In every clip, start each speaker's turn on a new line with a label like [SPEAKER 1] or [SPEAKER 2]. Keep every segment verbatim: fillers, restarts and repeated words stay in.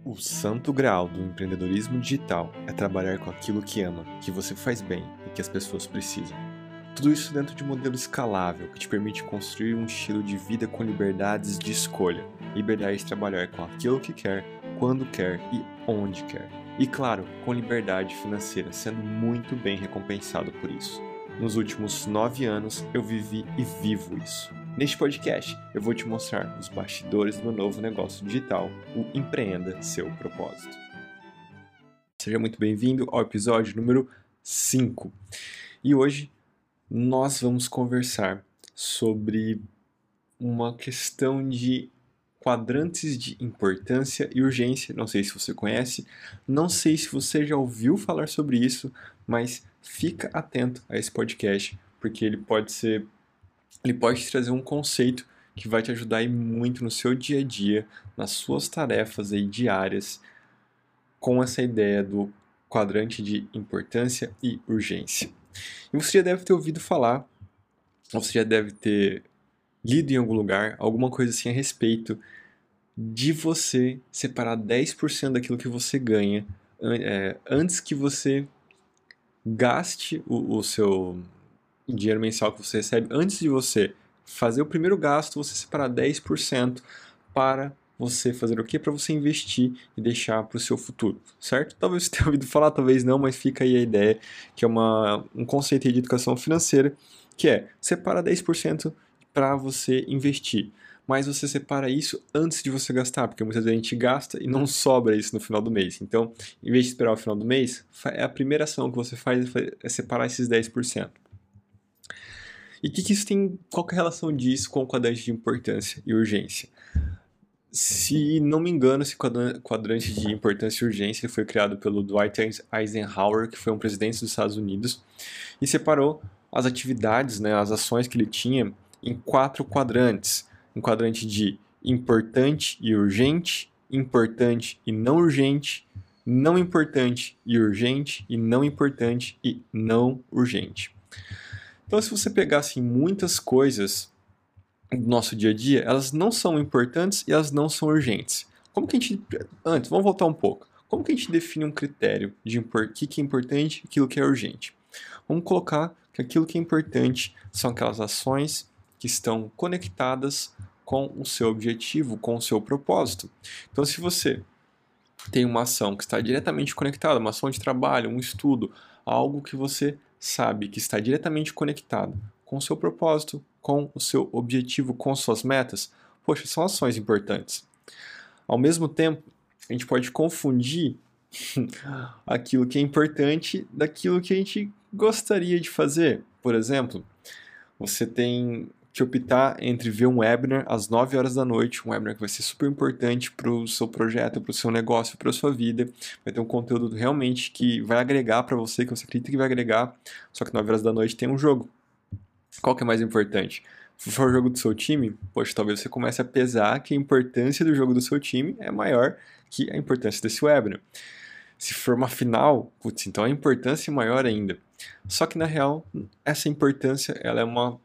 [SPEAKER 1] O santo graal do empreendedorismo digital é trabalhar com aquilo que ama, que você faz bem e que as pessoas precisam. Tudo isso dentro de um modelo escalável que te permite construir um estilo de vida com liberdades de escolha. Liberdade de trabalhar com aquilo que quer, quando quer e onde quer. E claro, com liberdade financeira, sendo muito bem recompensado por isso. Nos últimos nove anos, eu vivi e vivo isso. Neste podcast, eu vou te mostrar os bastidores do meu novo negócio digital, o Empreenda Seu Propósito. Seja muito bem-vindo ao episódio número cinco. E hoje nós vamos conversar sobre uma questão de quadrantes de importância e urgência. Não sei se você conhece, não sei se você já ouviu falar sobre isso, mas fica atento a esse podcast, porque ele pode ser Ele pode te trazer um conceito que vai te ajudar aí muito no seu dia a dia, nas suas tarefas aí diárias, com essa ideia do quadrante de importância e urgência. E você já deve ter ouvido falar, ou você já deve ter lido em algum lugar, alguma coisa assim a respeito de você separar dez por cento daquilo que você ganha é, antes que você gaste o, o seu dinheiro mensal que você recebe, antes de você fazer o primeiro gasto, você separar dez por cento para você fazer o quê? Para você investir e deixar para o seu futuro, certo? Talvez você tenha ouvido falar, talvez não, mas fica aí a ideia, que é uma, um conceito de educação financeira, que é, separa dez por cento para você investir, mas você separa isso antes de você gastar, porque muitas vezes a gente gasta e não sobra isso no final do mês. Então, em vez de esperar o final do mês, é a primeira ação que você faz é separar esses dez por cento. E o que, que isso tem, qual que é a relação disso com o quadrante de importância e urgência? Se não me engano, esse quadrante de importância e urgência foi criado pelo Dwight Eisenhower, que foi um presidente dos Estados Unidos, e separou as atividades, né, as ações que ele tinha em quatro quadrantes. Um quadrante de importante e urgente, importante e não urgente, não importante e urgente, e não importante e não urgente. Então, se você pegar assim, muitas coisas do nosso dia a dia, elas não são importantes e elas não são urgentes. Como que a gente... Antes, vamos voltar um pouco. Como que a gente define um critério de o que é importante e aquilo que é urgente? Vamos colocar que aquilo que é importante são aquelas ações que estão conectadas com o seu objetivo, com o seu propósito. Então, se você tem uma ação que está diretamente conectada, uma ação de trabalho, um estudo, algo que você sabe que está diretamente conectado com o seu propósito, com o seu objetivo, com suas metas, poxa, são ações importantes. Ao mesmo tempo, a gente pode confundir aquilo que é importante daquilo que a gente gostaria de fazer. Por exemplo, você tem que optar entre ver um webinar às nove horas da noite, um webinar que vai ser super importante para o seu projeto, para o seu negócio, para a sua vida, vai ter um conteúdo realmente que vai agregar para você, que você acredita que vai agregar, só que nove horas da noite tem um jogo. Qual que é mais importante? Se for o jogo do seu time, poxa, talvez você comece a pesar que a importância do jogo do seu time é maior que a importância desse webinar. Se for uma final, putz, então a importância é maior ainda. Só que na real, essa importância ela é uma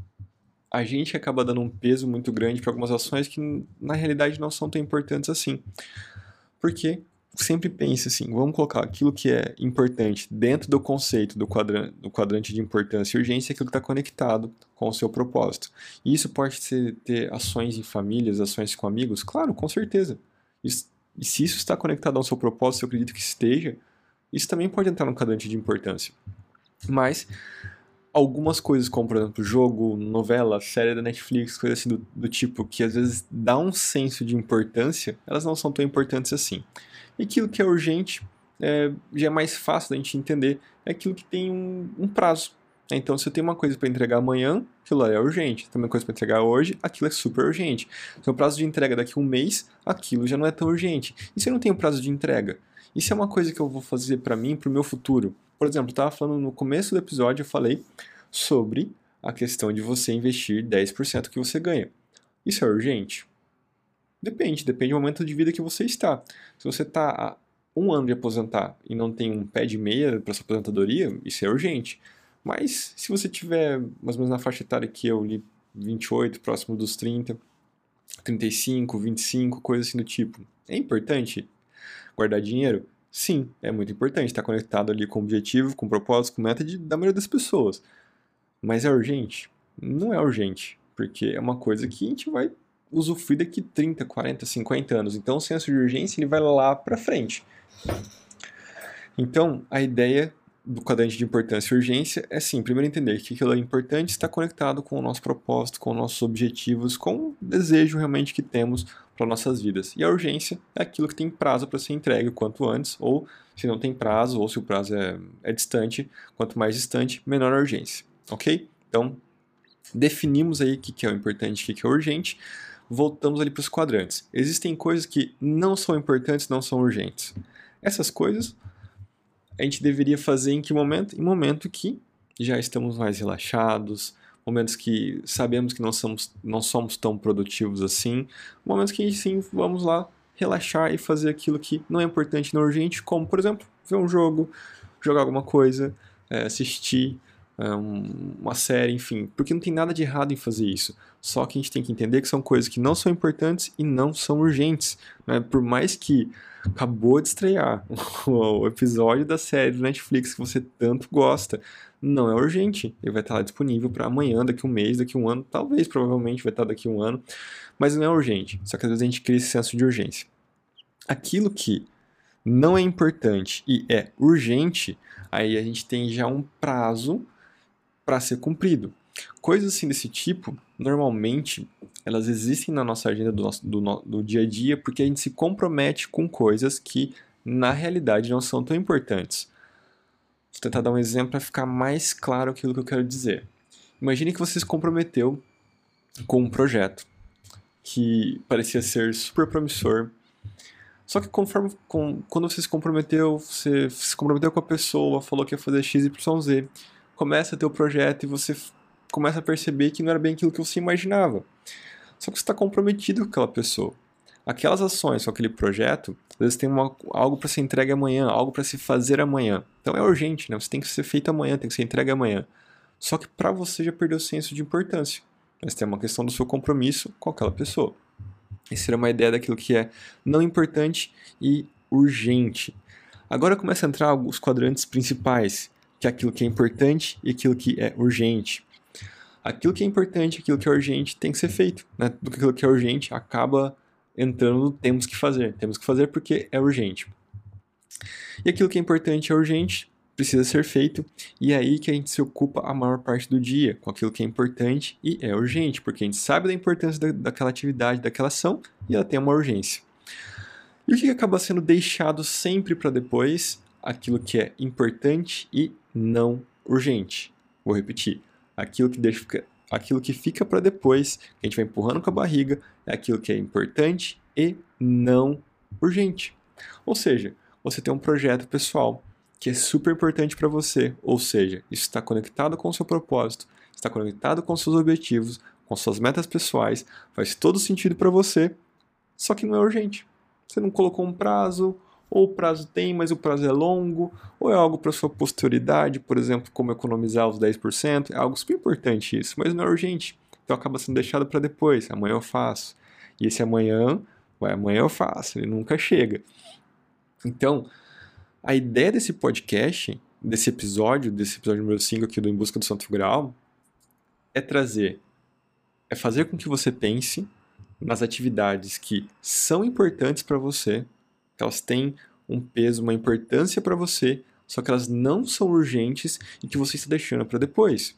[SPEAKER 1] a gente acaba dando um peso muito grande para algumas ações que na realidade não são tão importantes assim. Porque sempre pense assim, vamos colocar aquilo que é importante dentro do conceito do quadrante, do quadrante de importância e urgência, aquilo que está conectado com o seu propósito. E isso pode ser ter ações em famílias, ações com amigos? Claro, com certeza. Isso, e se isso está conectado ao seu propósito, eu acredito que esteja, isso também pode entrar no quadrante de importância. Mas algumas coisas, como por exemplo jogo, novela, série da Netflix, coisa assim do, do tipo, que às vezes dá um senso de importância, elas não são tão importantes assim. E aquilo que é urgente é, já é mais fácil da gente entender, é aquilo que tem um, um prazo. Então, se eu tenho uma coisa para entregar amanhã, aquilo é urgente. Se eu tenho uma coisa para entregar hoje, aquilo é super urgente. Se o prazo de entrega daqui a um mês, aquilo já não é tão urgente. E se eu não tenho prazo de entrega? Isso é uma coisa que eu vou fazer para mim, para o meu futuro. Por exemplo, eu estava falando no começo do episódio, eu falei sobre a questão de você investir dez por cento que você ganha. Isso é urgente? Depende, depende do momento de vida que você está. Se você está há um ano de aposentar e não tem um pé de meia para sua aposentadoria, isso é urgente. Mas se você tiver mais ou menos na faixa etária que eu, ali, vinte e oito, próximo dos trinta, trinta e cinco, vinte e cinco, coisa assim do tipo, é importante? Guardar dinheiro? Sim, é muito importante, está conectado ali com o objetivo, com o propósito, com meta de, da maioria das pessoas. Mas é urgente? Não é urgente, porque é uma coisa que a gente vai usufruir daqui trinta, quarenta, cinquenta anos. Então o senso de urgência ele vai lá para frente. Então, a ideia do quadrante de importância e urgência é sim, primeiro entender que aquilo é importante está conectado com o nosso propósito, com os nossos objetivos, com o desejo realmente que temos para nossas vidas. E a urgência é aquilo que tem prazo para ser entregue o quanto antes, ou se não tem prazo, ou se o prazo é, é distante, quanto mais distante, menor a urgência. Ok? Então, definimos aí o que é o importante e o que é o urgente. Voltamos ali para os quadrantes. Existem coisas que não são importantes, não são urgentes. Essas coisas a gente deveria fazer em que momento? Em momento que já estamos mais relaxados, momentos que sabemos que não somos, não somos tão produtivos assim, momentos que sim, vamos lá relaxar e fazer aquilo que não é importante, não é urgente, como, por exemplo, ver um jogo, jogar alguma coisa, é, assistir é, um, uma série, enfim, porque não tem nada de errado em fazer isso. Só que a gente tem que entender que são coisas que não são importantes e não são urgentes, né? Por mais que acabou de estrear o episódio da série do Netflix que você tanto gosta, não é urgente. Ele vai estar lá disponível para amanhã, daqui um mês, daqui um ano, talvez, provavelmente vai estar daqui um ano, mas não é urgente. Só que às vezes a gente cria esse senso de urgência. Aquilo que não é importante e é urgente, aí a gente tem já um prazo para ser cumprido. Coisas assim desse tipo, normalmente, elas existem na nossa agenda do, nosso, do, do dia a dia porque a gente se compromete com coisas que, na realidade, não são tão importantes. Vou tentar dar um exemplo para ficar mais claro aquilo que eu quero dizer. Imagine que você se comprometeu com um projeto que parecia ser super promissor, só que conforme, com, quando você se comprometeu, você se comprometeu com a pessoa, falou que ia fazer X Y Z, começa a ter o projeto e você começa a perceber que não era bem aquilo que você imaginava. Só que você está comprometido com aquela pessoa. Aquelas ações com aquele projeto, às vezes tem uma, algo para ser entregue amanhã, algo para se fazer amanhã. Então é urgente, né? Você tem que ser feito amanhã, tem que ser entregue amanhã. Só que para você já perdeu o senso de importância. Mas tem uma questão do seu compromisso com aquela pessoa. Essa era uma ideia daquilo que é não importante e urgente. Agora começa a entrar os quadrantes principais, que é aquilo que é importante e aquilo que é urgente. Aquilo que é importante, aquilo que é urgente tem que ser feito, né? Porque aquilo que é urgente acaba entrando no temos que fazer. Temos que fazer porque é urgente. E aquilo que é importante e é urgente precisa ser feito, e é aí que a gente se ocupa a maior parte do dia, com aquilo que é importante e é urgente, porque a gente sabe da importância da, daquela atividade, daquela ação, e ela tem uma urgência. E o que acaba sendo deixado sempre para depois? Aquilo que é importante e não urgente. Vou repetir. Aquilo que, deixa, aquilo que fica para depois, que a gente vai empurrando com a barriga, é aquilo que é importante e não urgente. Ou seja, você tem um projeto pessoal que é super importante para você, ou seja, isso está conectado com o seu propósito, está conectado com seus objetivos, com suas metas pessoais, faz todo sentido para você, só que não é urgente. Você não colocou um prazo, ou o prazo tem, mas o prazo é longo, ou é algo para sua posterioridade, por exemplo, como economizar os dez por cento, é algo super importante isso, mas não é urgente, então acaba sendo deixado para depois, amanhã eu faço. E esse amanhã, vai, amanhã eu faço, ele nunca chega. Então, a ideia desse podcast, desse episódio, desse episódio número cinco aqui do Em Busca do Santo Graal, é trazer, é fazer com que você pense nas atividades que são importantes para você, que elas têm um peso, uma importância para você, só que elas não são urgentes e que você está deixando para depois.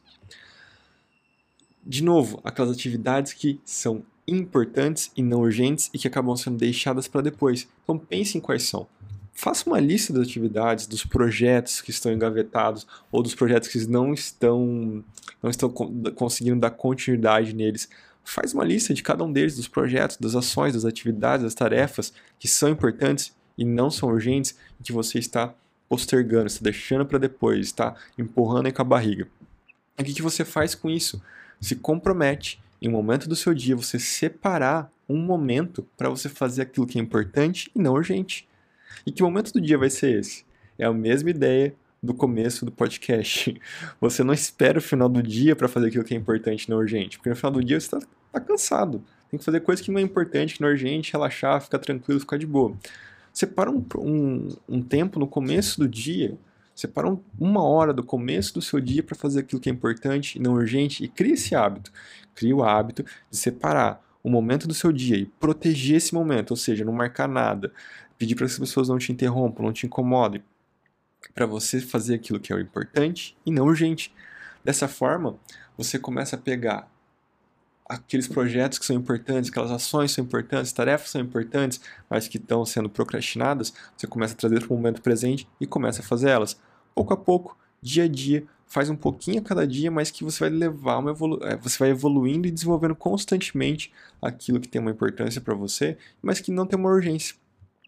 [SPEAKER 1] De novo, aquelas atividades que são importantes e não urgentes e que acabam sendo deixadas para depois. Então pense em quais são. Faça uma lista das atividades, dos projetos que estão engavetados ou dos projetos que não estão, não estão conseguindo dar continuidade neles. Faz uma lista de cada um deles, dos projetos, das ações, das atividades, das tarefas que são importantes e não são urgentes e que você está postergando, está deixando para depois, está empurrando aí com a barriga. E o que você faz com isso? Se compromete em um momento do seu dia você separar um momento para você fazer aquilo que é importante e não urgente. E que momento do dia vai ser esse? É a mesma ideia do começo do podcast. Você não espera o final do dia para fazer aquilo que é importante e não urgente, porque no final do dia você está tá cansado. Tem que fazer coisa que não é importante, que não é urgente, relaxar, ficar tranquilo, ficar de boa. Separa um, um, um tempo no começo do dia, separa um, uma hora do começo do seu dia para fazer aquilo que é importante e não urgente e cria esse hábito. Cria o hábito de separar o momento do seu dia e proteger esse momento, ou seja, não marcar nada, pedir para que as pessoas não te interrompam, não te incomodem, para você fazer aquilo que é importante e não urgente. Dessa forma, você começa a pegar aqueles projetos que são importantes, aquelas ações que são importantes, tarefas que são importantes, mas que estão sendo procrastinadas, você começa a trazer para o momento presente e começa a fazer elas. Pouco a pouco, dia a dia, faz um pouquinho a cada dia, mas que você vai levar uma evolu- você vai evoluindo e desenvolvendo constantemente aquilo que tem uma importância para você, mas que não tem uma urgência.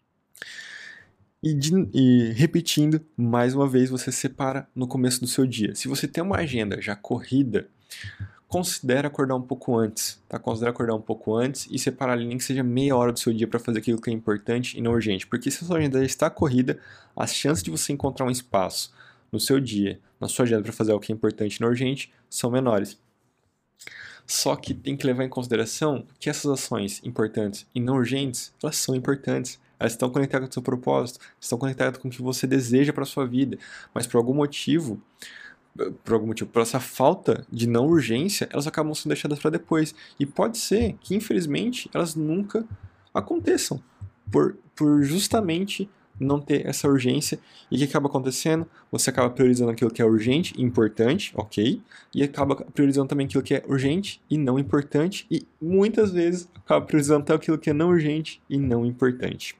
[SPEAKER 1] E, de, e repetindo, mais uma vez, você separa no começo do seu dia. Se você tem uma agenda já corrida, considere acordar um pouco antes, tá? Considere acordar um pouco antes e separar ali nem que seja meia hora do seu dia para fazer aquilo que é importante e não urgente. Porque se a sua agenda já está corrida, as chances de você encontrar um espaço no seu dia, na sua agenda para fazer algo que é importante e não urgente, são menores. Só que tem que levar em consideração que essas ações importantes e não urgentes, elas são importantes. Elas estão conectadas com o seu propósito, estão conectadas com o que você deseja para a sua vida. Mas por algum motivo, por algum motivo, por essa falta de não urgência, elas acabam sendo deixadas para depois. E pode ser que, infelizmente, elas nunca aconteçam, por, por justamente não ter essa urgência. E o que acaba acontecendo? Você acaba priorizando aquilo que é urgente e importante, ok? E acaba priorizando também aquilo que é urgente e não importante. E muitas vezes acaba priorizando até aquilo que é não urgente e não importante.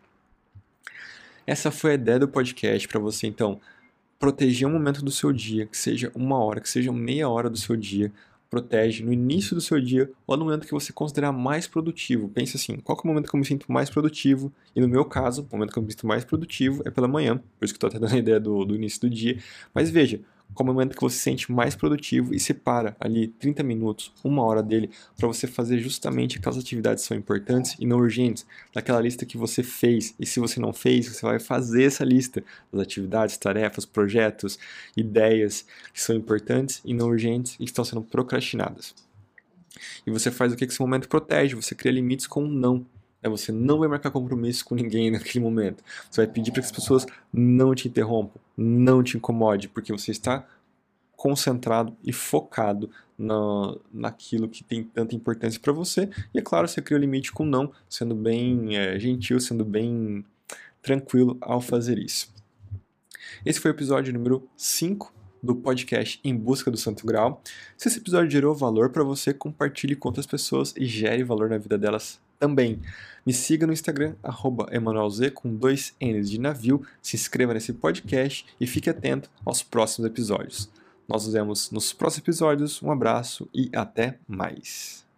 [SPEAKER 1] Essa foi a ideia do podcast para você, então, proteger um momento do seu dia, que seja uma hora, que seja meia hora do seu dia. Protege no início do seu dia ou no momento que você considerar mais produtivo. Pense assim, qual que é o momento que eu me sinto mais produtivo? E no meu caso, o momento que eu me sinto mais produtivo é pela manhã, por isso que eu estou até dando a ideia do, do início do dia. Mas veja, qual é o momento que você se sente mais produtivo e separa ali trinta minutos, uma hora dele, para você fazer justamente aquelas atividades que são importantes e não urgentes, daquela lista que você fez. E se você não fez, você vai fazer essa lista das atividades, tarefas, projetos, ideias que são importantes e não urgentes e que estão sendo procrastinadas. E você faz o que esse momento protege, você cria limites com um não. Você não vai marcar compromisso com ninguém naquele momento. Você vai pedir para que as pessoas não te interrompam, não te incomode, porque você está concentrado e focado na, naquilo que tem tanta importância para você. E é claro, você cria o limite com não, sendo bem é, gentil, sendo bem tranquilo ao fazer isso. Esse foi o episódio número cinco do podcast Em Busca do Santo Grau. Se esse episódio gerou valor para você, compartilhe com outras pessoas e gere valor na vida delas também. Me siga no Instagram, arroba emanuelz, com dois N's de navio, se inscreva nesse podcast e fique atento aos próximos episódios. Nós nos vemos nos próximos episódios, um abraço e até mais.